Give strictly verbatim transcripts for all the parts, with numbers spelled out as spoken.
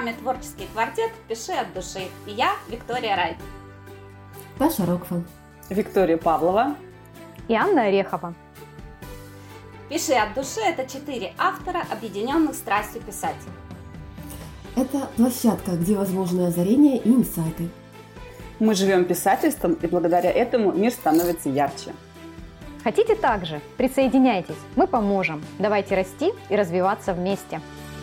вами творческий квартет «Пиши от души». И я, Виктория Райт. Таша Рокфелл. Виктория Павлова. И Анна Орехова. «Пиши от души» – это четыре автора, объединенных страстью писать. Это площадка, где возможны озарения и инсайты. Мы живем писательством, и благодаря этому мир становится ярче. Хотите также? Присоединяйтесь, мы поможем. Давайте расти и развиваться вместе.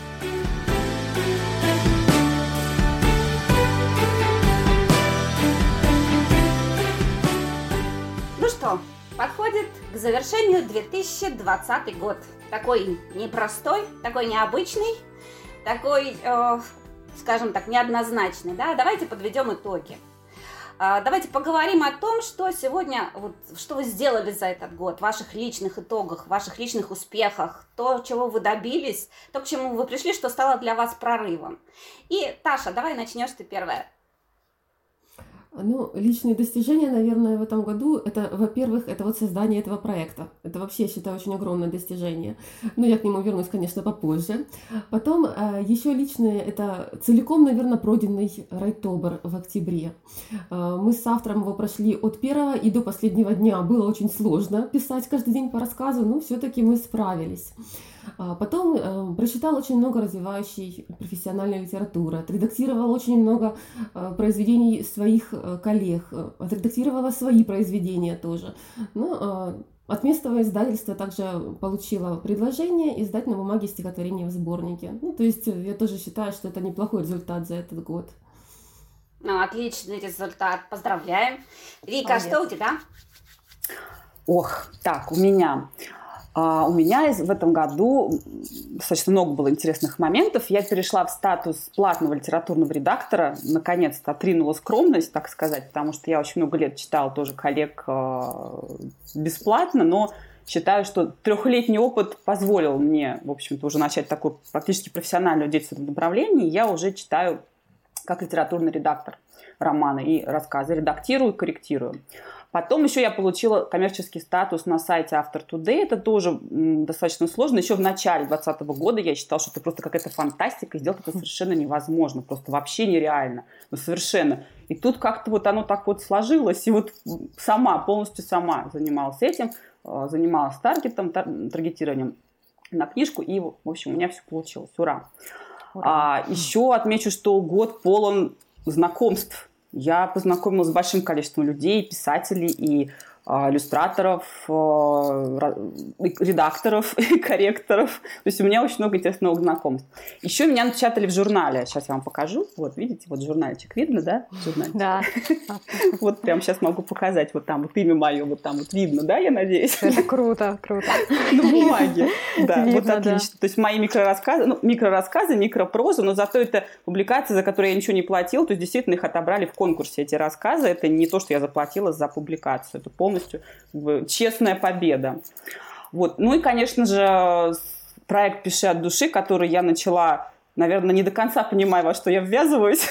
Ну что, подходит к завершению две тысячи двадцатый год. Такой непростой, такой необычный, такой, э, скажем так, неоднозначный. Да? Давайте подведем итоги. Давайте поговорим о том, что сегодня, вот, что вы сделали за этот год, ваших личных итогах, ваших личных успехах, то, чего вы добились, то, к чему вы пришли, что стало для вас прорывом. И, Таша, давай начнешь ты первая. Ну, личные достижения, наверное, в этом году, это, во-первых, это вот создание этого проекта. Это вообще, я считаю, очень огромное достижение. Но я к нему вернусь, конечно, попозже. Потом, еще личные, это целиком, наверное, пройденный Райтобер в октябре. Мы с автором его прошли от первого и до последнего дня. Было очень сложно писать каждый день по рассказу, но все-таки мы справились. Потом э, прочитал очень много развивающей профессиональной литературы, отредактировал очень много э, произведений своих э, коллег, э, отредактировала свои произведения тоже. Ну, э, от местного издательства также получила предложение издать на бумаге стихотворение в сборнике. Ну, то есть я тоже считаю, что это неплохой результат за этот год. Ну, отличный результат, поздравляем. Вика, Молодец. Что у тебя? Ох, так, у меня... Uh, у меня в этом году достаточно много было интересных моментов. Я перешла в статус платного литературного редактора. Наконец-то отринула скромность, так сказать, потому что я очень много лет читала тоже коллег uh, бесплатно, но считаю, что трехлетний опыт позволил мне, в общем-то, уже начать такую практически профессиональную деятельность в этом направлении. Я уже читаю как литературный редактор романы и рассказы, редактирую и корректирую. Потом еще я получила коммерческий статус на сайте Автор Today. Это тоже м, достаточно сложно. Еще в начале двадцатого года я считала, что это просто какая-то фантастика. И сделать это совершенно невозможно. Просто вообще нереально. Ну, совершенно. И тут как-то вот оно так вот сложилось. И вот сама, полностью сама занималась этим. Занималась таргетом, тар- таргетированием на книжку. И, в общем, у меня все получилось. Ура! Ура. А, еще отмечу, что год полон знакомств. Я познакомилась с большим количеством людей, писателей и э, иллюстраторов, э, редакторов и корректоров. То есть у меня очень много интересных знакомств. Еще меня напечатали в журнале. Сейчас я вам покажу. Вот, видите, вот журнальчик видно, да? Журнальчик. Да. Вот прямо сейчас могу показать. Вот там вот имя мое, вот там вот видно, да, я надеюсь? Это круто, круто. На бумаге. Да, вот отлично. То есть мои микрорассказы, ну, микрорассказы, микропроза, но зато это публикации, за которые я ничего не платила. То есть действительно их отобрали в конкурсе, эти рассказы. Это не то, что я заплатила за публикацию. Это полностью как бы честная победа. Вот. Ну и, конечно же, проект «Пиши от души», который я начала, наверное, не до конца понимая, во что я ввязываюсь.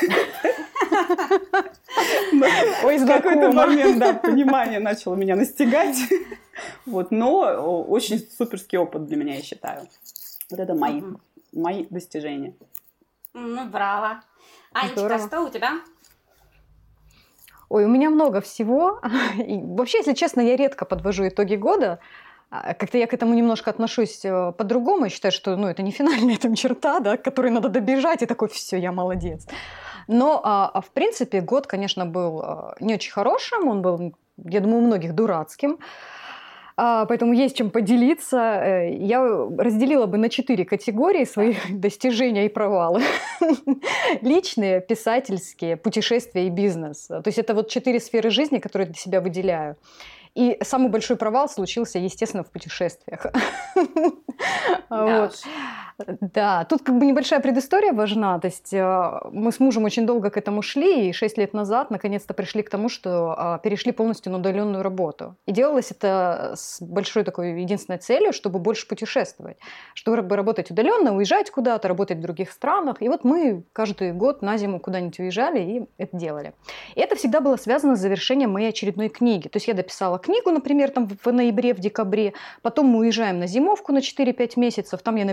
Ой, в какой-то момент, да, понимание начало меня настигать. Вот, но очень суперский опыт для меня, я считаю. Вот это мои, мои достижения. Ну, браво. Анечка, что у тебя? Ой, у меня много всего. И вообще, если честно, я редко подвожу итоги года. Как-то я к этому немножко отношусь по-другому. Я считаю, что ну, это не финальная там черта, да, к которой надо добежать, и такой, все, я молодец. Но, в принципе, год, конечно, был не очень хорошим. Он был, я думаю, у многих дурацким. Поэтому есть чем поделиться. Я разделила бы на четыре категории свои достижения и провалы. Личные, писательские, путешествия и бизнес. То есть это вот четыре сферы жизни, которые для себя выделяю. И самый большой провал случился, естественно, в путешествиях. Да, вот. Да, тут как бы небольшая предыстория важна. То есть мы с мужем очень долго к этому шли, и шесть лет назад наконец-то пришли к тому, что перешли полностью на удаленную работу. И делалось это с большой такой единственной целью, чтобы больше путешествовать. Чтобы работать удаленно, уезжать куда-то, работать в других странах. И вот мы каждый год на зиму куда-нибудь уезжали и это делали. И это всегда было связано с завершением моей очередной книги. То есть я дописала книгу, например, там в ноябре, в декабре. Потом мы уезжаем на зимовку на четыре-пять месяцев. Там я набираюсь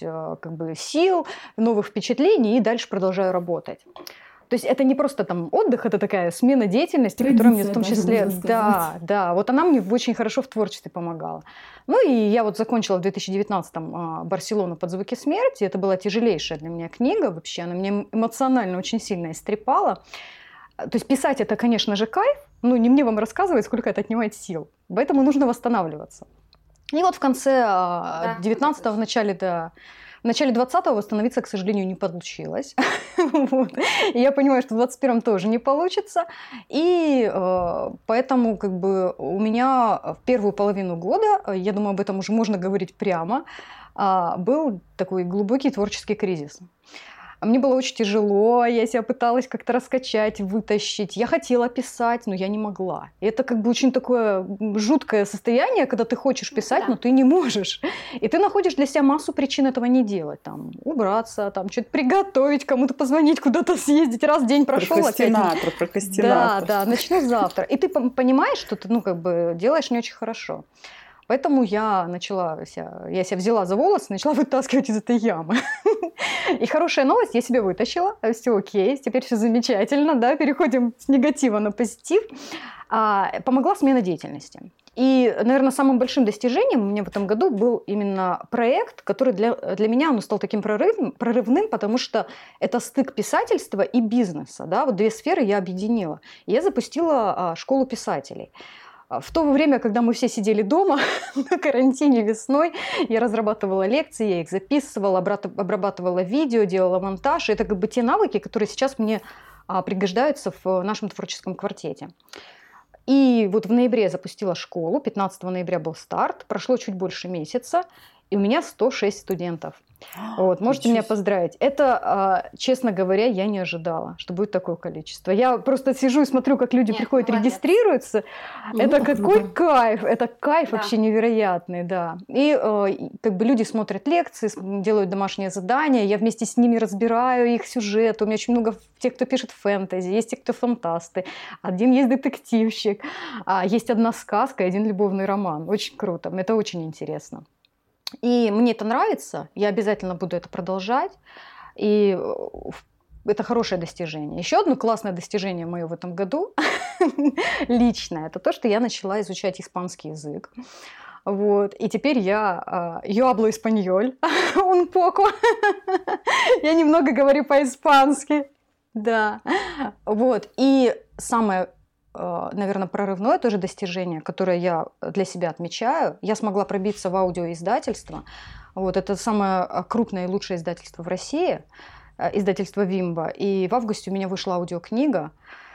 э, как бы сил, новых впечатлений и дальше продолжаю работать. То есть это не просто там отдых, это такая смена деятельности, Традиция, которая мне в том даже числе, можно да, сказать. да, вот она мне очень хорошо в творчестве помогала. Ну и я вот закончила в две тысячи девятнадцатом а, «Барселону под звуки смерти». Это была тяжелейшая для меня книга вообще, она меня эмоционально очень сильно истрепала. То есть писать это, конечно же, кайф, но не мне вам рассказывать, сколько это отнимает сил. Поэтому нужно восстанавливаться. И вот в конце Да, девятнадцатого, в начале, да, в начале двадцатого восстановиться, к сожалению, не получилось. Вот. И я понимаю, что в двадцать первом тоже не получится. И э, поэтому как бы у меня в первую половину года, я думаю, об этом уже можно говорить прямо, э, был такой глубокий творческий кризис. Мне было очень тяжело, я себя пыталась как-то раскачать, вытащить. Я хотела писать, но я не могла. И это как бы очень такое жуткое состояние, когда ты хочешь писать, Да. но ты не можешь. И ты находишь для себя массу причин этого не делать. Там, убраться, там, что-то приготовить, кому-то позвонить, куда-то съездить. Раз день прошел, опять... Прокрастинатор, прокрастинатор. Да, да, начну завтра. И ты пом- понимаешь, что ты, ну, как бы делаешь не очень хорошо. Поэтому я начала, себя, я себя взяла за волосы, начала вытаскивать из этой ямы. И хорошая новость, я себя вытащила, все окей, теперь все замечательно, да, переходим с негатива на позитив. А, помогла смена деятельности. И, наверное, самым большим достижением у меня в этом году был именно проект, который для, для меня он стал таким прорывным, прорывным, потому что это стык писательства и бизнеса. Да? Вот две сферы я объединила. И я запустила а, школу писателей. В то время, когда мы все сидели дома на карантине весной, я разрабатывала лекции, я их записывала, обрабатывала видео, делала монтаж. И это как бы те навыки, которые сейчас мне а, пригождаются в нашем творческом квартете. И вот в ноябре я запустила школу, пятнадцатого ноября был старт, прошло чуть больше месяца, и у меня сто шесть студентов. Вот, можете меня поздравить. Это, честно говоря, я не ожидала, что будет такое количество. Я просто сижу и смотрю, как люди Нет, приходят, молодец. регистрируются. Ну, Это какой круто. кайф, это кайф Да. вообще невероятный, да. И э, как бы люди смотрят лекции, с- делают домашние задания, я вместе с ними разбираю их сюжет. У меня очень много тех, кто пишет фэнтези, есть те, кто фантасты, один есть детективщик, а есть одна сказка и один любовный роман. Очень круто, это очень интересно. И мне это нравится, я обязательно буду это продолжать. И это хорошее достижение. Еще одно классное достижение мое в этом году, личное, это то, что я начала изучать испанский язык. Вот. И теперь я yo hablo español, un poco. Я немного говорю по-испански. Да. Вот. И самое, наверное, прорывное тоже достижение, которое я для себя отмечаю. Я смогла пробиться в аудиоиздательство. Вот. Это самое крупное и лучшее издательство в России, издательство «Вимба». И в августе у меня вышла аудиокнига.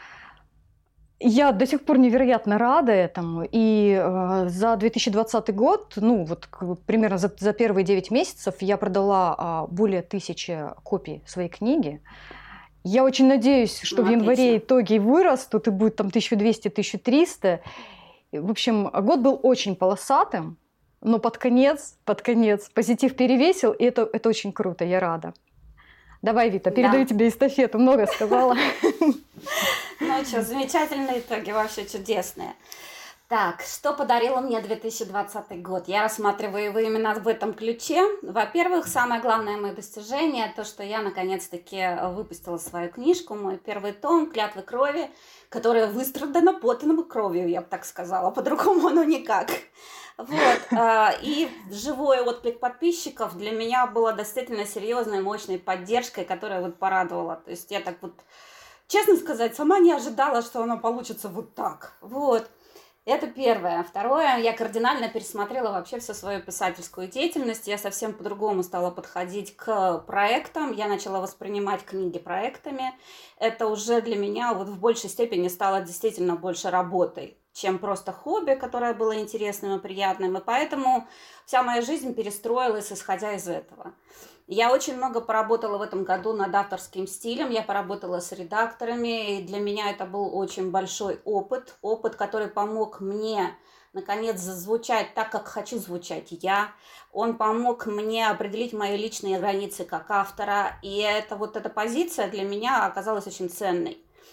Я до сих пор невероятно рада этому. И э, за две тысячи двадцатый год, ну вот как бы примерно за, за первые девять месяцев я продала э, более тысячи копий своей книги. Я очень надеюсь, что Ну, в январе отлично. итоги вырастут и будет там тысяча двести - тысяча триста. В общем, год был очень полосатым, но под конец, под конец позитив перевесил, и это, это очень круто, я рада. Давай, Вита, передаю Да. тебе эстафету, много сказала. Ну что, замечательные итоги, вообще чудесные. Так, что подарило мне две тысячи двадцатый год? Я рассматриваю его именно в этом ключе. Во-первых, самое главное мое достижение, то, что я наконец-таки выпустила свою книжку, мой первый том «Клятвы крови», которая выстрадана потом и кровью, я бы так сказала, по-другому оно никак. Вот, а, и живой отклик подписчиков для меня была действительно серьезной, мощной поддержкой, которая вот порадовала. То есть я так вот, честно сказать, сама не ожидала, что оно получится вот так. Вот. Это первое. Второе, я кардинально пересмотрела вообще всю свою писательскую деятельность. Я совсем по-другому стала подходить к проектам. Я начала воспринимать книги проектами. Это уже для меня вот в большей степени стало действительно больше работой, чем просто хобби, которое было интересным и приятным. И поэтому вся моя жизнь перестроилась, исходя из этого. Я очень много поработала в этом году над авторским стилем, я поработала с редакторами, и для меня это был очень большой опыт, опыт, который помог мне, наконец, зазвучать так, как хочу звучать я. Он помог мне определить мои личные границы как автора, и это, вот эта позиция для меня оказалась очень ценной.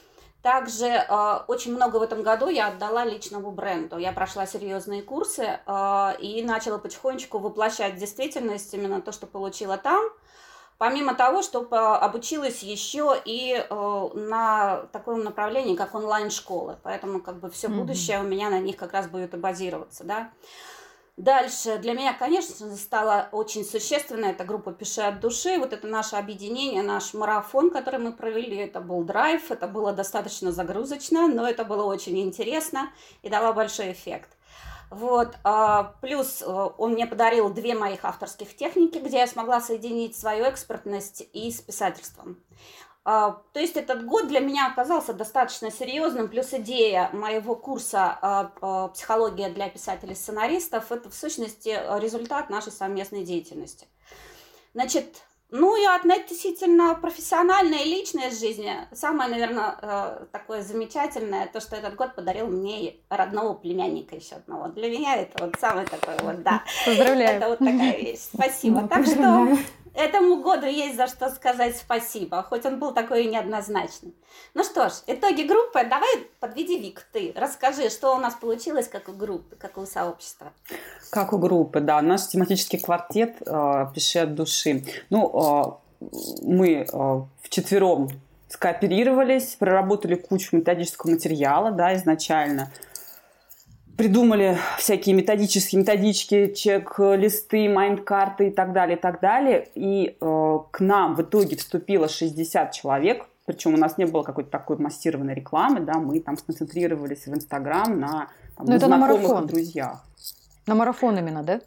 Также э, очень много в этом году я отдала личному бренду. Я прошла серьезные курсы э, и начала потихонечку воплощать в действительность именно то, что получила там. Помимо того, что обучилась еще и э, на таком направлении, как онлайн-школы. Поэтому как бы все mm-hmm. будущее у меня на них как раз будет и базироваться, да. Дальше для меня, конечно, стала очень существенной эта группа «Пиши от души». Вот это наше объединение, наш марафон, который мы провели. Это был драйв, это было достаточно загрузочно, но это было очень интересно и дало большой эффект. Вот. Плюс он мне подарил две моих авторских техники, где я смогла соединить свою экспертность и с писательством. То есть этот год для меня оказался достаточно серьезным, плюс идея моего курса «Психология для писателей-сценаристов» – это в сущности результат нашей совместной деятельности. Значит, ну и относительно профессиональной и личной жизни, самое, наверное, такое замечательное, то, что этот год подарил мне родного племянника еще одного. Для меня это вот самое такое вот, да. Поздравляю. Это вот такая вещь. Спасибо. Ну, так что этому году есть за что сказать спасибо, хоть он был такой и неоднозначный. Ну что ж, итоги группы. Давай подведи, Вик, ты. Расскажи, что у нас получилось, как у группы, как у сообщества. Как у группы, да. Наш тематический квартет э, «Пиши от души». Ну, э, мы э, вчетвером скооперировались, проработали кучу методического материала, да, изначально. Придумали всякие методические методички, чек-листы, майнд-карты и так далее, и так далее. И э, к нам в итоге вступило шестьдесят человек. Причем у нас не было какой-то такой массированной рекламы, да, мы там сконцентрировались в Инстаграм на, там, на знакомых на и друзьях. На марафон именно, да?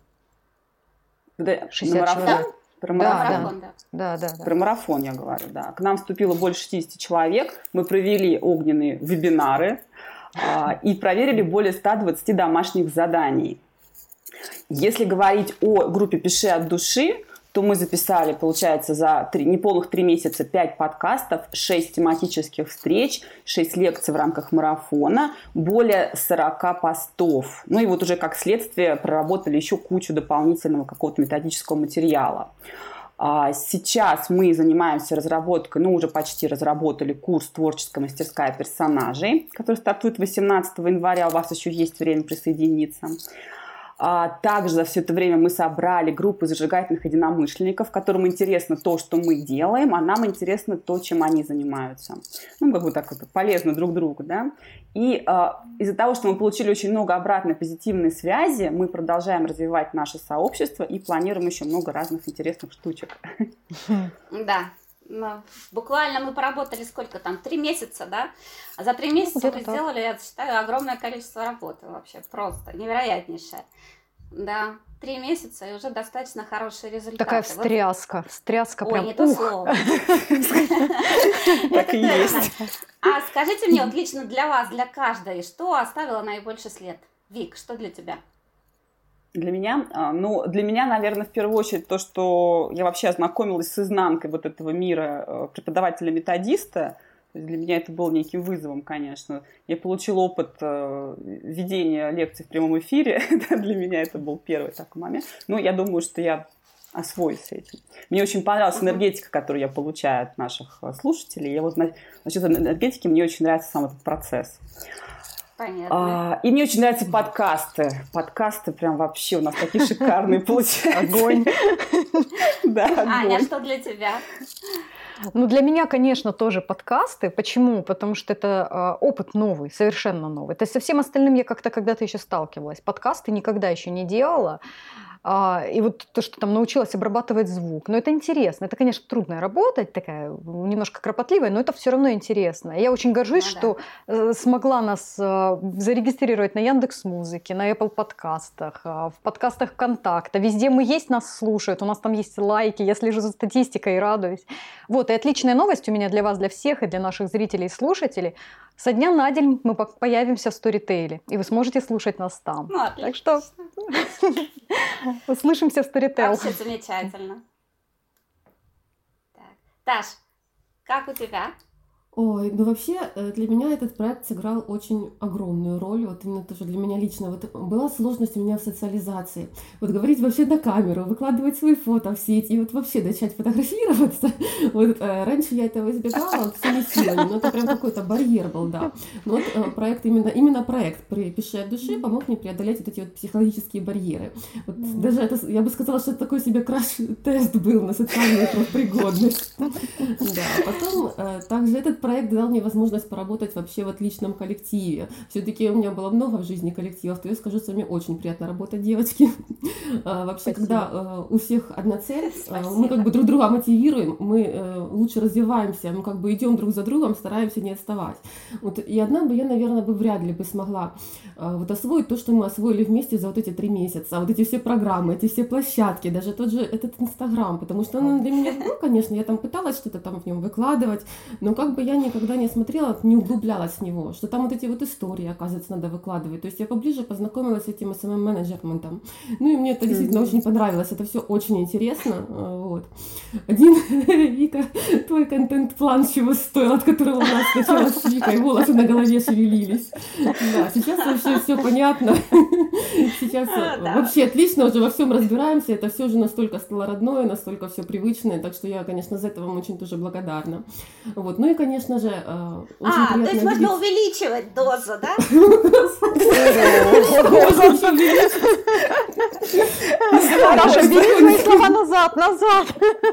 Да, шестьдесят на марафон. человек. Про марафон. Да, да. Да, да, да. Про марафон я говорю, да. К нам вступило больше шестьдесят человек. Мы провели огненные вебинары а, и проверили более ста двадцати домашних заданий. Если говорить о группе «Пиши от души», то мы записали, получается, за три, неполных три месяца пять подкастов, шесть тематических встреч, шесть лекций в рамках марафона, более сорока постов. Ну и вот уже как следствие проработали еще кучу дополнительного какого-то методического материала. Сейчас мы занимаемся разработкой, ну уже почти разработали курс «Творческая мастерская персонажей», который стартует восемнадцатого января, у вас еще есть время присоединиться. Также за все это время мы собрали группу зажигательных единомышленников, которым интересно то, что мы делаем, а нам интересно то, чем они занимаются. Ну, как бы так вот полезно друг другу, да. И а, из-за того, что мы получили очень много обратной позитивной связи, мы продолжаем развивать наше сообщество и планируем еще много разных интересных штучек. Да. Ну, буквально мы поработали сколько там, три месяца, да? А за три месяца Где-то мы так. сделали, я считаю, огромное количество работы вообще, просто невероятнейшее. Да, три месяца и уже достаточно хорошие результаты. Такая встряска, вот. встряска Ой, прям. не то слово. Так и есть. А скажите мне, вот лично для вас, для каждой, что оставило наибольший след? Вик, что для тебя? Для меня? Ну, для меня, наверное, в первую очередь то, что я вообще ознакомилась с изнанкой вот этого мира преподавателя-методиста. Для меня это было неким вызовом, конечно. Я получила опыт ведения лекций в прямом эфире. Для меня это был первый такой момент. Но я думаю, что я освоюсь с этим. Мне очень понравилась энергетика, которую я получаю от наших слушателей. Я вот насчет энергетики мне очень нравится сам этот процесс. Понятно. А, и мне очень нравятся подкасты. Подкасты прям вообще у нас такие шикарные получаются. Огонь. Да, огонь. Аня, что для тебя? Ну, для меня, конечно, тоже подкасты. Почему? Потому что это э, опыт новый, совершенно новый. То есть со всем остальным я как-то когда-то еще сталкивалась. Подкасты никогда еще не делала. А, и вот то, что там научилась обрабатывать звук. Но это интересно. Это, конечно, трудная работа, такая немножко кропотливая, но это все равно интересно. Я очень горжусь, ну, что да. э, смогла нас э, зарегистрировать на Яндекс.Музыке, на Apple подкастах, э, в подкастах ВКонтакте. Везде мы есть, нас слушают, у нас там есть лайки, я слежу за статистикой и радуюсь. Вот, и отличная новость у меня для вас, для всех и для наших зрителей и слушателей. Со дня на день мы появимся в Storytel, и вы сможете слушать нас там. Ну, так что услышимся в Storytel. Вообще замечательно. Так. Таш, как у тебя? Ой, ну вообще э, для меня этот проект сыграл очень огромную роль, вот именно тоже для меня лично. Вот была сложность у меня в социализации. Вот говорить вообще на камеру, выкладывать свои фото в сеть и вот вообще начать фотографироваться. Вот э, раньше я этого избегала вот, всеми силами, но это прям какой-то барьер был, да. Но вот э, проект, именно, именно проект «Пиши от души» помог мне преодолеть вот эти вот психологические барьеры. Вот mm-hmm. даже это, я бы сказала, что это такой себе краш-тест был на социальную профпригодность. Да, потом э, также этот проект дал мне возможность поработать вообще в отличном коллективе. Все-таки у меня было много в жизни коллективов, то я скажу, что мне очень приятно работать, девочки. А, вообще, Спасибо. Когда а, у всех одна цель, а, мы как бы друг друга мотивируем, мы а, лучше развиваемся, мы как бы идем друг за другом, стараемся не отставать. Вот, и одна бы я, наверное, бы вряд ли бы смогла а, вот освоить то, что мы освоили вместе за вот эти три месяца. Вот эти все программы, эти все площадки, даже тот же этот Инстаграм, потому что он для меня, ну, конечно, я там пыталась что-то там в нем выкладывать, но как бы я никогда не смотрела, не углублялась в него, что там вот эти вот истории, оказывается, надо выкладывать. То есть я поближе познакомилась с этим эс эм эм-менеджментом. Ну и мне это действительно mm-hmm. очень понравилось. Это все очень интересно. Вот. Один, Вика, твой контент-план чего стоил, от которого у нас сначала с Викой волосы на голове шевелились. Да, сейчас вообще все понятно. Сейчас а, да. вообще отлично, уже во всем разбираемся. Это все уже настолько стало родное, настолько все привычное. Так что я, конечно, за это вам очень тоже благодарна. Вот. Ну и, конечно же, очень а, приятно то есть видеть... можно увеличивать дозу, да? Хорошо, бери свои слова назад, назад.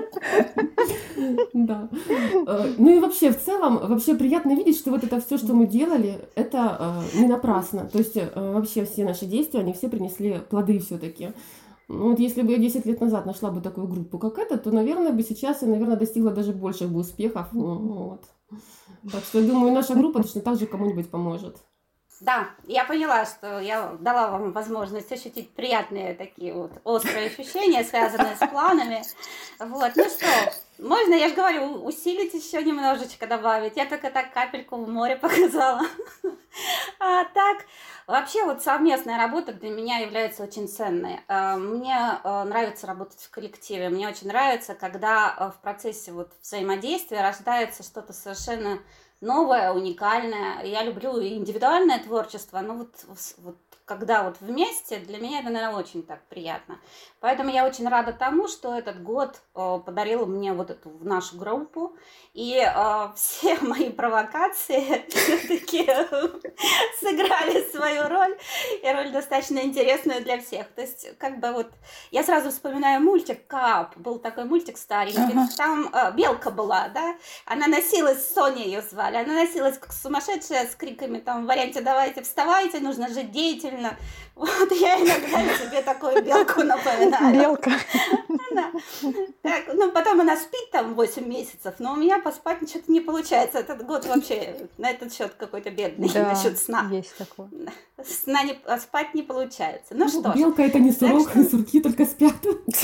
Да. Ну и вообще, в целом, вообще приятно видеть, что вот это все, что мы делали, это не напрасно. То есть вообще все наши действия, они все принесли плоды все-таки. Ну, вот если бы я десять лет назад нашла бы такую группу, как эта, то, наверное, бы сейчас я, наверное, достигла даже больших бы успехов. Вот. Так что я думаю, наша группа точно так же кому-нибудь поможет. Да, я поняла, что я дала вам возможность ощутить приятные такие вот острые ощущения, связанные с планами. Вот, ну что, можно, я же говорю, усилить еще немножечко, добавить. Я только так капельку в море показала. А так, вообще вот совместная работа для меня является очень ценной. Мне нравится работать в коллективе. Мне очень нравится, когда в процессе вот взаимодействия рождается что-то совершенно новое, уникальное. Я люблю индивидуальное творчество, но вот, вот когда вот вместе, для меня это, наверное, очень так приятно. Поэтому я очень рада тому, что этот год э, подарил мне вот эту в нашу группу. И э, все мои провокации все-таки сыграли свою роль. И роль достаточно интересную для всех. То есть, как бы вот, я сразу вспоминаю мультик «Кап». Был такой мультик старенький. Uh-huh. Там э, белка была, да? Она носилась, Соня ее звали, она носилась как сумасшедшая с криками там в варианте «Давайте, вставайте, нужно жить деятельно». Вот я иногда себе такую белку напоминаю. Белка. Да. Так, ну, потом она спит там восемь месяцев, но у меня поспать что-то не получается. Этот год вообще на этот счет какой-то бедный, да, насчет сна. Есть такое. Сна не, спать не получается. Ну, ну что белка ж. Это не сурок, что... сурки только спят.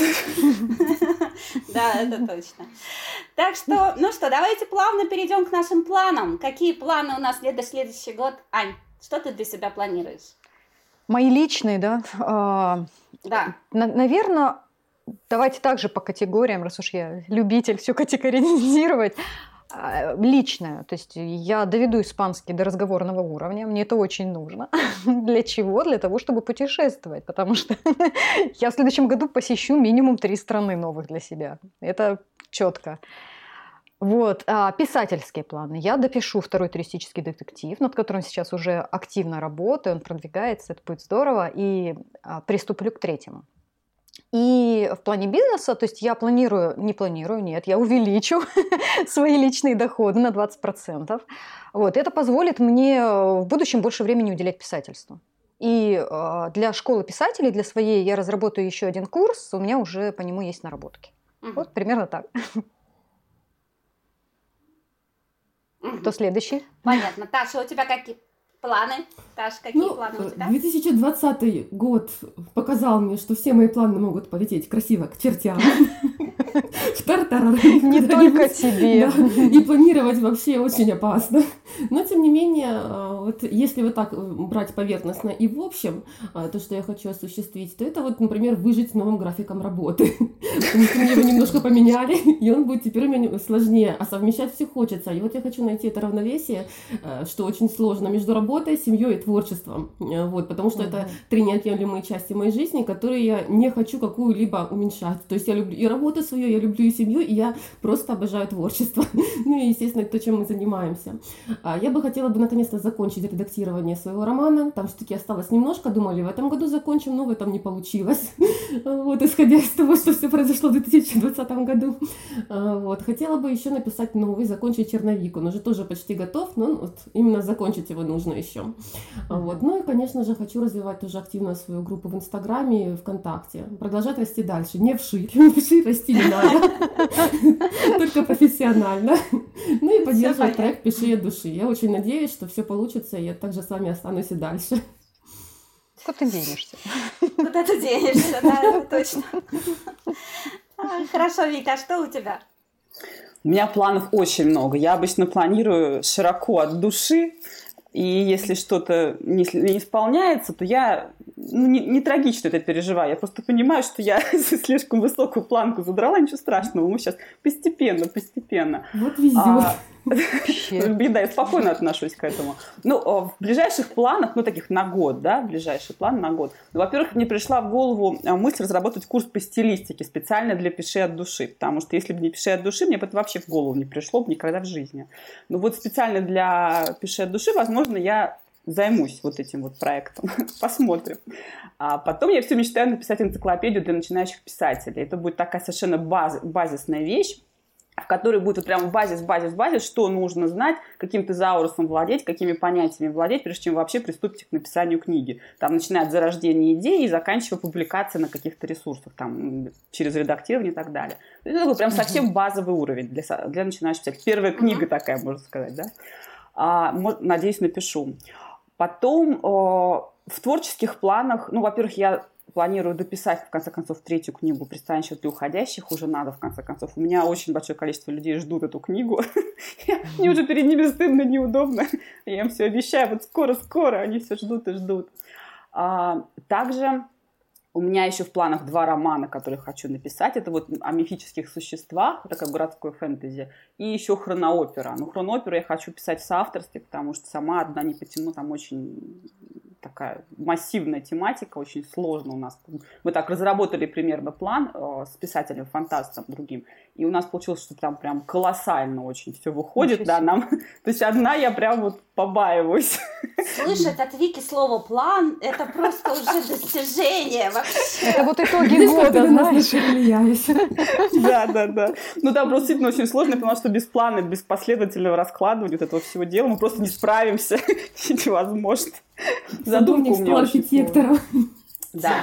Да, это точно. Так что, ну что, давайте плавно перейдем к нашим планам. Какие планы у нас на следующий год? Ань, что ты для себя планируешь? Мои личные, да? А, да. На, наверное, давайте также по категориям, раз уж я любитель все категоризировать. А, личное, то есть я доведу испанский до разговорного уровня, мне это очень нужно. Для чего? Для того, чтобы путешествовать, потому что я в следующем году посещу минимум три страны новых для себя. Это четко. Вот, а, писательские планы. Я допишу второй туристический детектив, над которым сейчас уже активно работаю, он продвигается, это будет здорово, и а, приступлю к третьему. И в плане бизнеса, то есть я планирую, не планирую, нет, я увеличу свои личные доходы на двадцать процентов. Вот, это позволит мне в будущем больше времени уделять писательству. И э, для школы писателей, для своей, я разработаю еще один курс, у меня уже по нему есть наработки. Mm-hmm. Вот примерно так. Кто следующий? Понятно. Таша, у тебя какие планы? Таша, какие ну, планы у тебя? две тысячи двадцатый год показал мне, что все мои планы могут полететь красиво к чертям. Не только тебе. И планировать вообще очень опасно. Но, тем не менее, вот если вот так брать поверхностно и в общем, то, что я хочу осуществить, то это вот, например, выжить с новым графиком работы. Потому что мне его немножко поменяли, и он будет теперь у меня сложнее, а совмещать все хочется. И вот я хочу найти это равновесие, что очень сложно, между работой, семьей и творчеством. Вот, потому что это три неотъемлемые части моей жизни, которые я не хочу какую-либо уменьшать. То есть я люблю и работу свою, я люблю и семью, и я просто обожаю творчество. Ну и, естественно, то, чем мы занимаемся. Я бы хотела бы наконец-то закончить редактирование своего романа. Там все-таки осталось немножко, думали, в этом году закончим, но в этом не получилось. Вот, исходя из того, что все произошло в две тысячи двадцатом году. Вот, хотела бы еще написать новый, закончить черновик. Он уже тоже почти готов, но вот именно закончить его нужно еще. Вот. Ну и, конечно же, хочу развивать тоже активно свою группу в Инстаграме и ВКонтакте. Продолжать расти дальше. Не вширь. Вширь расти не надо. Только профессионально. Ну и поддерживать проект «Пиши от души». Я очень надеюсь, что все получится, и я также с вами останусь и дальше. Куда ты денешься? Куда ты денешься, да, это точно. Хорошо, Вика, а что у тебя? У меня планов очень много. Я обычно планирую широко от души. И если что-то не, не исполняется, то я ну, не, не трагично это переживаю. Я просто понимаю, что я слишком высокую планку задрала, ничего страшного. Мы сейчас постепенно, постепенно. Вот везет. А, да, я спокойно отношусь к этому. Ну, в ближайших планах, ну, таких на год, да, ближайший план на год. Ну, во-первых, мне пришла в голову мысль разработать курс по стилистике специально для «Пиши от души», потому что если бы не «Пиши от души», мне бы это вообще в голову не пришло бы никогда в жизни. Но вот специально для «Пиши от души», возможно, я займусь вот этим вот проектом. Посмотрим. А потом я все мечтаю написать энциклопедию для начинающих писателей. Это будет такая совершенно баз, базисная вещь, в которой будет вот прям базис, базис, базис, что нужно знать, каким тезаурусом владеть, какими понятиями владеть, прежде чем вы вообще приступите к написанию книги. Там начиная от зарождения идеи и заканчивая публикацией на каких-то ресурсах, там, через редактирование и так далее. Это такой прям совсем базовый уровень для, для начинающих писателей. Первая книга такая, можно сказать, да? А, надеюсь, напишу. Потом о, в творческих планах, ну, во-первых, я планирую дописать, в конце концов, третью книгу «Пристанище для уходящих». Уже надо, в конце концов. У меня очень большое количество людей ждут эту книгу. Мне уже перед ними стыдно, неудобно. Я им все обещаю, вот скоро-скоро. Они все ждут и ждут. Также у меня еще в планах два романа, которые хочу написать. Это вот о мифических существах, такое городское фэнтези, и еще хроноопера. Ну, хронооперу я хочу писать в соавторстве, потому что сама одна не потяну, там очень такая массивная тематика, очень сложно у нас. Мы так разработали примерно план э, с писателем-фантастом другим, и у нас получилось, что там прям колоссально очень все выходит, да, нам, то есть одна я прям вот побаиваюсь. Слышать от Вики слово «план» — это просто уже достижение вообще. Это вот итоги года, знаешь. Да, да, да. Ну да, просто действительно очень сложно, потому что без плана, без последовательного раскладывания вот этого всего дела мы просто не справимся. Невозможно. Задумка у меня архитектора. Да.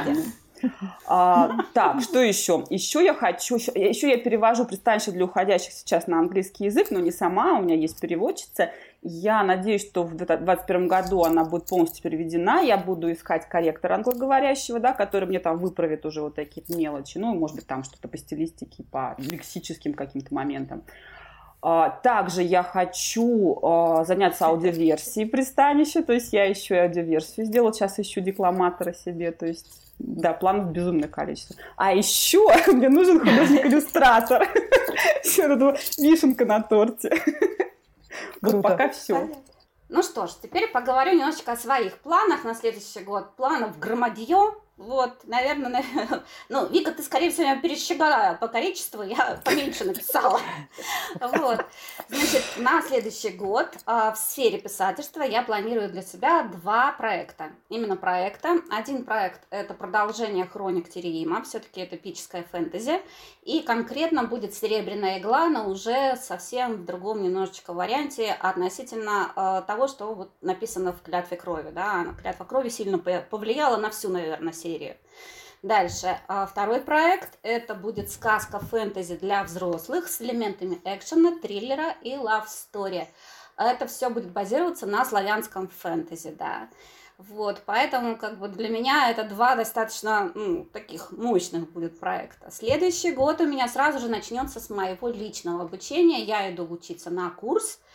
А, так, что еще? Еще я хочу, еще я перевожу «Пристанище для уходящих» сейчас на английский язык, но не сама, у меня есть переводчица. Я надеюсь, что в двадцать первом году она будет полностью переведена. Я буду искать корректора англоговорящего, да, который мне там выправит уже вот такие мелочи. Ну, может быть, там что-то по стилистике, по лексическим каким-то моментам. Также я хочу заняться аудиоверсией «Пристанища», то есть я еще и аудиоверсию сделала, сейчас ищу декламатора себе, то есть, да, планов безумное количество. А еще мне нужен художник-иллюстратор. Все, это вишенка на торте. Вот пока все. Ну что ж, теперь поговорю немножечко о своих планах на следующий год. Планов громадье. Вот, наверное, наверное, ну, Вика, ты, скорее всего, меня перещеголяла по количеству, я поменьше написала. Вот, значит, на следующий год э, в сфере писательства я планирую для себя два проекта. Именно проекта. Один проект – это продолжение «Хроник Терриима», все-таки это эпическое фэнтези, и конкретно будет «Серебряная игла», но уже совсем в другом немножечко варианте относительно э, того, что вот написано в «Клятве крови». Да? «Клятва крови» сильно повлияла на всю, наверное, серию. Дальше. Второй проект – это будет сказка фэнтези для взрослых с элементами экшена, триллера и лав-стори. Это все будет базироваться на славянском фэнтези, да. Вот, поэтому как бы для меня это два достаточно ну, таких мощных будет проекта. Следующий год у меня сразу же начнется с моего личного обучения. Я иду учиться на курс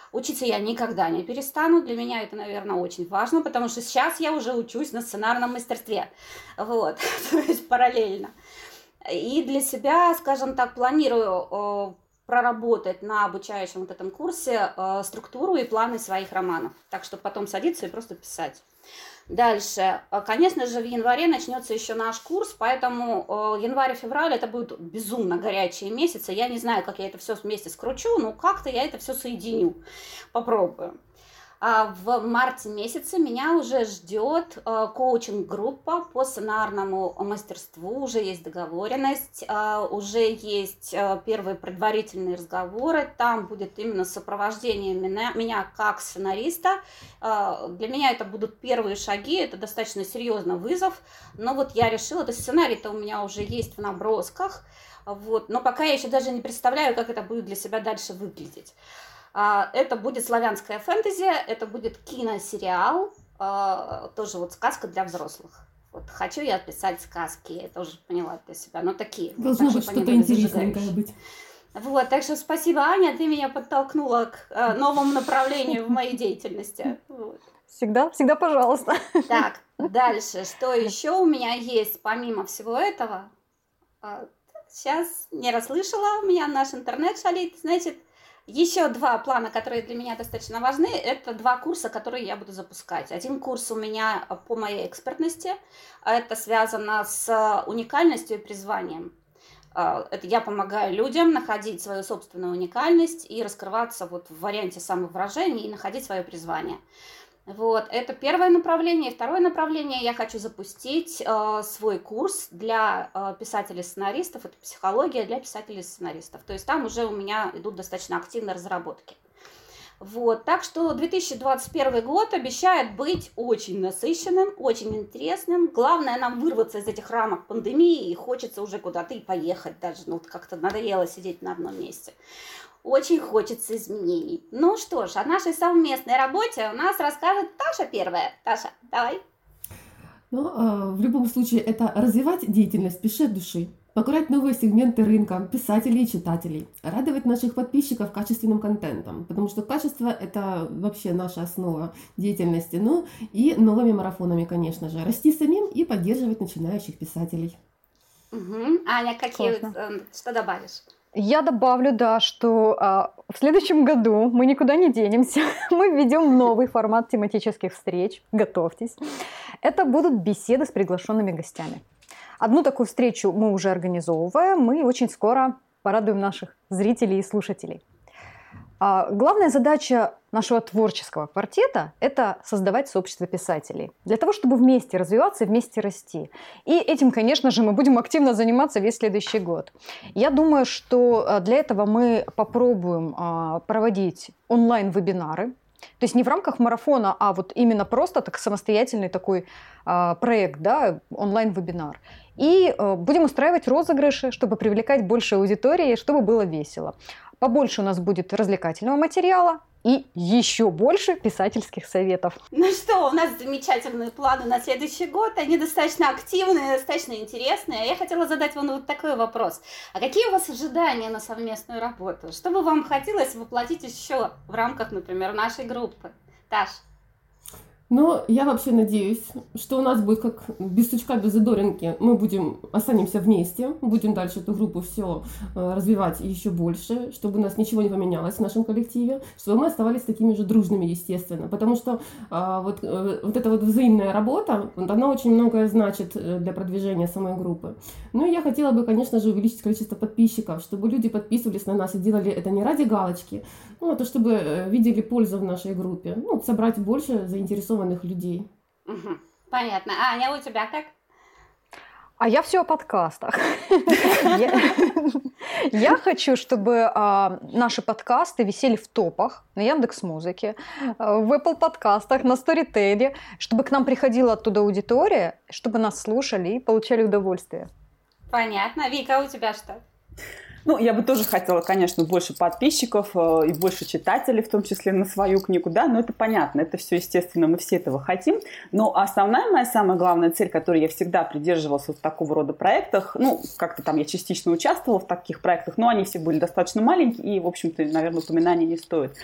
Учиться я никогда не перестану. Для меня это, наверное, очень важно, потому что сейчас я уже учусь на сценарном мастерстве. Вот, то есть параллельно. И для себя, скажем так, планирую проработать на обучающем вот этом курсе структуру и планы своих романов. Так что потом садиться и просто писать. Дальше, конечно же, в январе начнется еще наш курс, поэтому январь-февраль это будут безумно горячие месяцы. Я не знаю, как я это все вместе скручу, но как-то я это все соединю. Попробую. А в марте месяце меня уже ждет коучинг-группа по сценарному мастерству, уже есть договоренность, уже есть первые предварительные разговоры, там будет именно сопровождение меня, меня как сценариста. Для меня это будут первые шаги, это достаточно серьезный вызов, но вот я решила, то есть сценарий-то у меня уже есть в набросках, вот, но пока я еще даже не представляю, как это будет для себя дальше выглядеть. Это будет славянская фэнтези, это будет киносериал, тоже вот сказка для взрослых. Вот хочу я писать сказки, я тоже поняла для себя, но такие. Должно быть что-то интересненькое быть. Вот, так что спасибо, Аня, ты меня подтолкнула к новому направлению в моей деятельности. Вот. Всегда, всегда пожалуйста. Так, дальше, что еще у меня есть помимо всего этого? Сейчас не расслышала, у меня наш интернет шалит, значит, еще два плана, которые для меня достаточно важны, это два курса, которые я буду запускать. Один курс у меня по моей экспертности, это связано с уникальностью и призванием. Это я помогаю людям находить свою собственную уникальность и раскрываться вот в варианте самовыражения и находить свое призвание. Вот, это первое направление. Второе направление, я хочу запустить э, свой курс для э, писателей-сценаристов, это психология для писателей-сценаристов. То есть там уже у меня идут достаточно активные разработки. Вот, так что две тысячи двадцать первый год обещает быть очень насыщенным, очень интересным. Главное нам вырваться из этих рамок пандемии, и хочется уже куда-то и поехать даже, ну, как-то надоело сидеть на одном месте. Очень хочется изменений. Ну что ж, о нашей совместной работе у нас расскажет Таша первая. Таша, давай. Ну, э, в любом случае, это развивать деятельность «Пиши от души», покорять новые сегменты рынка писателей и читателей, радовать наших подписчиков качественным контентом, потому что качество – это вообще наша основа деятельности, ну и новыми марафонами, конечно же, расти самим и поддерживать начинающих писателей. Угу. Аня, какие, э, что добавишь? Я добавлю, да, что а, в следующем году мы никуда не денемся. Мы введем новый формат тематических встреч. Готовьтесь. Это будут беседы с приглашенными гостями. Одну такую встречу мы уже организовываем. Мы очень скоро порадуем наших зрителей и слушателей. А, главная задача нашего творческого квартета – это создавать сообщество писателей. Для того, чтобы вместе развиваться и вместе расти. И этим, конечно же, мы будем активно заниматься весь следующий год. Я думаю, что для этого мы попробуем проводить онлайн-вебинары. То есть не в рамках марафона, а вот именно просто так самостоятельный такой проект, да, онлайн-вебинар. И будем устраивать розыгрыши, чтобы привлекать больше аудитории, чтобы было весело. Побольше у нас будет развлекательного материала и еще больше писательских советов. Ну что, у нас замечательные планы на следующий год. Они достаточно активные, достаточно интересные. Я хотела задать вам вот такой вопрос. А какие у вас ожидания на совместную работу? Что бы вам хотелось воплотить еще в рамках, например, нашей группы? Таш? Но я вообще надеюсь, что у нас будет как без сучка, без задоринки. Мы будем, останемся вместе, будем дальше эту группу все развивать еще больше, чтобы у нас ничего не поменялось в нашем коллективе, чтобы мы оставались такими же дружными, естественно. Потому что а, вот, вот эта вот взаимная работа, она очень многое значит для продвижения самой группы. Ну и я хотела бы, конечно же, увеличить количество подписчиков, чтобы люди подписывались на нас и делали это не ради галочки, ну, а то чтобы видели пользу в нашей группе, ну, собрать больше заинтересованных людей. Угу. Понятно. А Аня, у тебя как? А я все о подкастах. Я хочу, чтобы наши подкасты висели в топах на Яндекс.Музыке, в Apple подкастах, на Storytel, чтобы к нам приходила оттуда аудитория, чтобы нас слушали и получали удовольствие. Понятно. Вика, у тебя что? Ну, я бы тоже хотела, конечно, больше подписчиков э, и больше читателей, в том числе на свою книгу, да, но это понятно, это все, естественно, мы все этого хотим, но основная моя самая главная цель, которой я всегда придерживалась вот в такого рода проектах, ну, как-то там я частично участвовала в таких проектах, но они все были достаточно маленькие и, в общем-то, наверное, упоминания не стоит.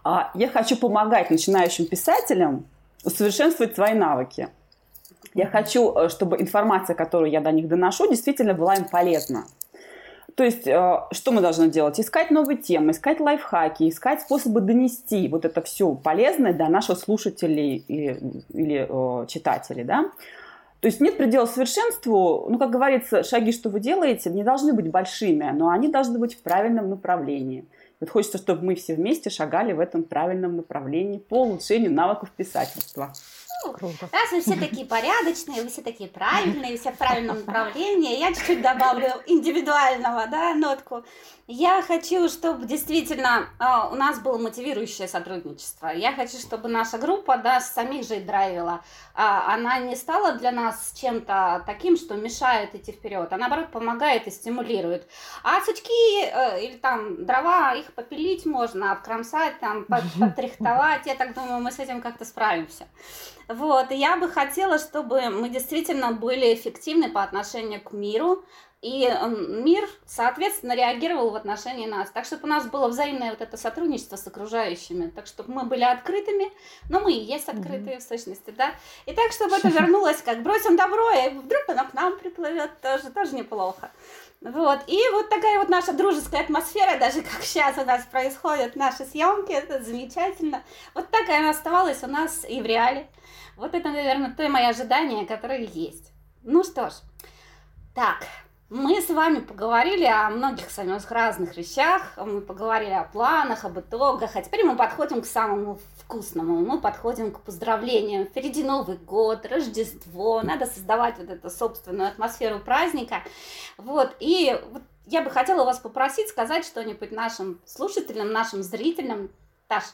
Я хочу помогать начинающим писателям усовершенствовать свои навыки. Я хочу, чтобы информация, которую я до них доношу, действительно была им полезна. То есть, что мы должны делать? Искать новые темы, искать лайфхаки, искать способы донести вот это все полезное до наших слушателей или, или о, читателей, да? То есть нет предела совершенству. Ну, как говорится, шаги, что вы делаете, не должны быть большими, но они должны быть в правильном направлении. Вот хочется, чтобы мы все вместе шагали в этом правильном направлении по улучшению навыков писательства. Круто. Раз вы все такие порядочные, вы все такие правильные, все в правильном направлении, я чуть-чуть добавлю индивидуального, да, нотку. Я хочу, чтобы действительно э, у нас было мотивирующее сотрудничество. Я хочу, чтобы наша группа, да, самих же и драйвила. Э, она не стала для нас чем-то таким, что мешает идти вперед, а наоборот помогает и стимулирует. А сучки э, или там дрова, их попилить можно, обкромсать, там, подрихтовать. Я так думаю, мы с этим как-то справимся. Вот, и я бы хотела, чтобы мы действительно были эффективны по отношению к миру, и мир, соответственно, реагировал в отношении нас. Так, чтобы у нас было взаимное вот это сотрудничество с окружающими, так, чтобы мы были открытыми, но мы и есть открытые mm-hmm. в сущности, да, и так, чтобы это вернулось, как бросим добро, и вдруг оно к нам приплывет, тоже, тоже неплохо. Вот, и вот такая вот наша дружеская атмосфера, даже как сейчас у нас происходят наши съемки, это замечательно. Вот такая она оставалась у нас и в реале. Вот это, наверное, то и мои ожидания, которые есть. Ну что ж, так, мы с вами поговорили о многих самых разных вещах, мы поговорили о планах, об итогах, а теперь мы подходим к самому вкусному, мы подходим к поздравлениям. Впереди Новый год, Рождество, надо создавать вот эту собственную атмосферу праздника. Вот, и вот я бы хотела вас попросить сказать что-нибудь нашим слушателям, нашим зрителям. Таш,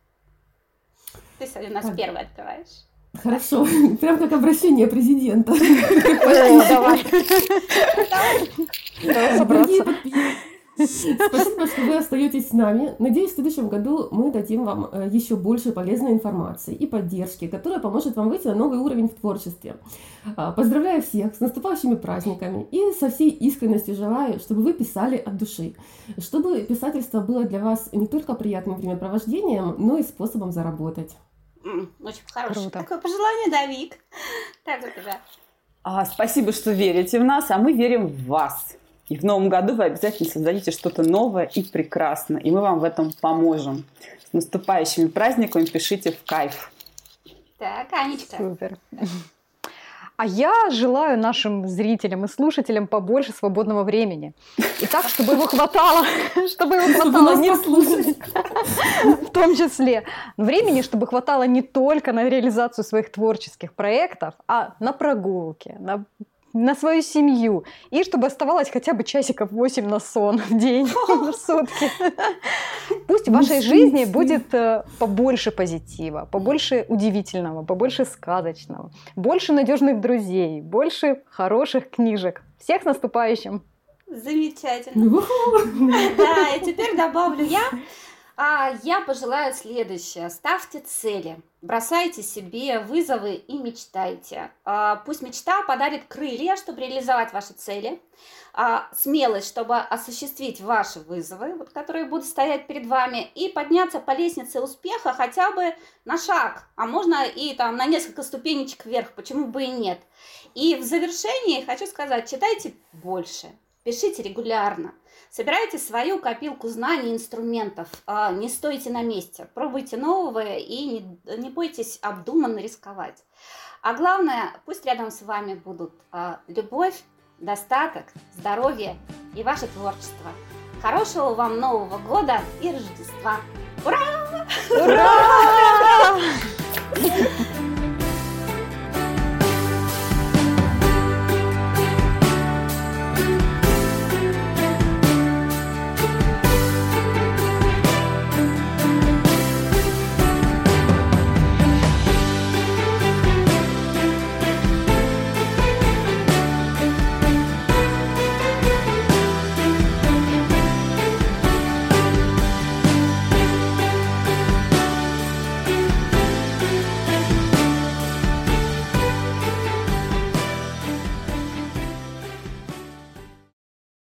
ты сегодня у нас первый открываешь. Хорошо, прям как обращение президента. Давай. Спасибо, что вы остаетесь с нами. Надеюсь, в следующем году мы дадим вам еще больше полезной информации и поддержки, которая поможет вам выйти на новый уровень в творчестве. Поздравляю всех с наступающими праздниками и со всей искренностью желаю, чтобы вы писали от души, чтобы писательство было для вас не только приятным времяпровождением, но и способом заработать. Очень хорошее такое пожелание, да, Вик? Так вот уже. А, спасибо, что верите в нас, а мы верим в вас. И в новом году вы обязательно создадите что-то новое и прекрасное, и мы вам в этом поможем. С наступающими праздниками пишите в кайф. Так, Анечка. Супер. А я желаю нашим зрителям и слушателям побольше свободного времени. И так, чтобы его хватало, чтобы его хватало не слушать, в том числе. Времени, чтобы хватало не только на реализацию своих творческих проектов, а на прогулки, на на свою семью. И чтобы оставалось хотя бы часиков восемь на сон в день, в сутки. Пусть в вашей жизни будет побольше позитива, побольше удивительного, побольше сказочного, больше надежных друзей, больше хороших книжек. Всех с наступающим! Замечательно! Да, и теперь добавлю я. А я пожелаю следующее. Ставьте цели, бросайте себе вызовы и мечтайте. А, пусть мечта подарит крылья, чтобы реализовать ваши цели, а, смелость, чтобы осуществить ваши вызовы, вот, которые будут стоять перед вами, и подняться по лестнице успеха хотя бы на шаг, а можно и там на несколько ступенечек вверх, почему бы и нет. И в завершении хочу сказать, читайте больше, пишите регулярно. Собирайте свою копилку знаний и инструментов, не стойте на месте, пробуйте новое и не, не бойтесь обдуманно рисковать. А главное, пусть рядом с вами будут любовь, достаток, здоровье и ваше творчество. Хорошего вам Нового года и Рождества! Ура! Ура!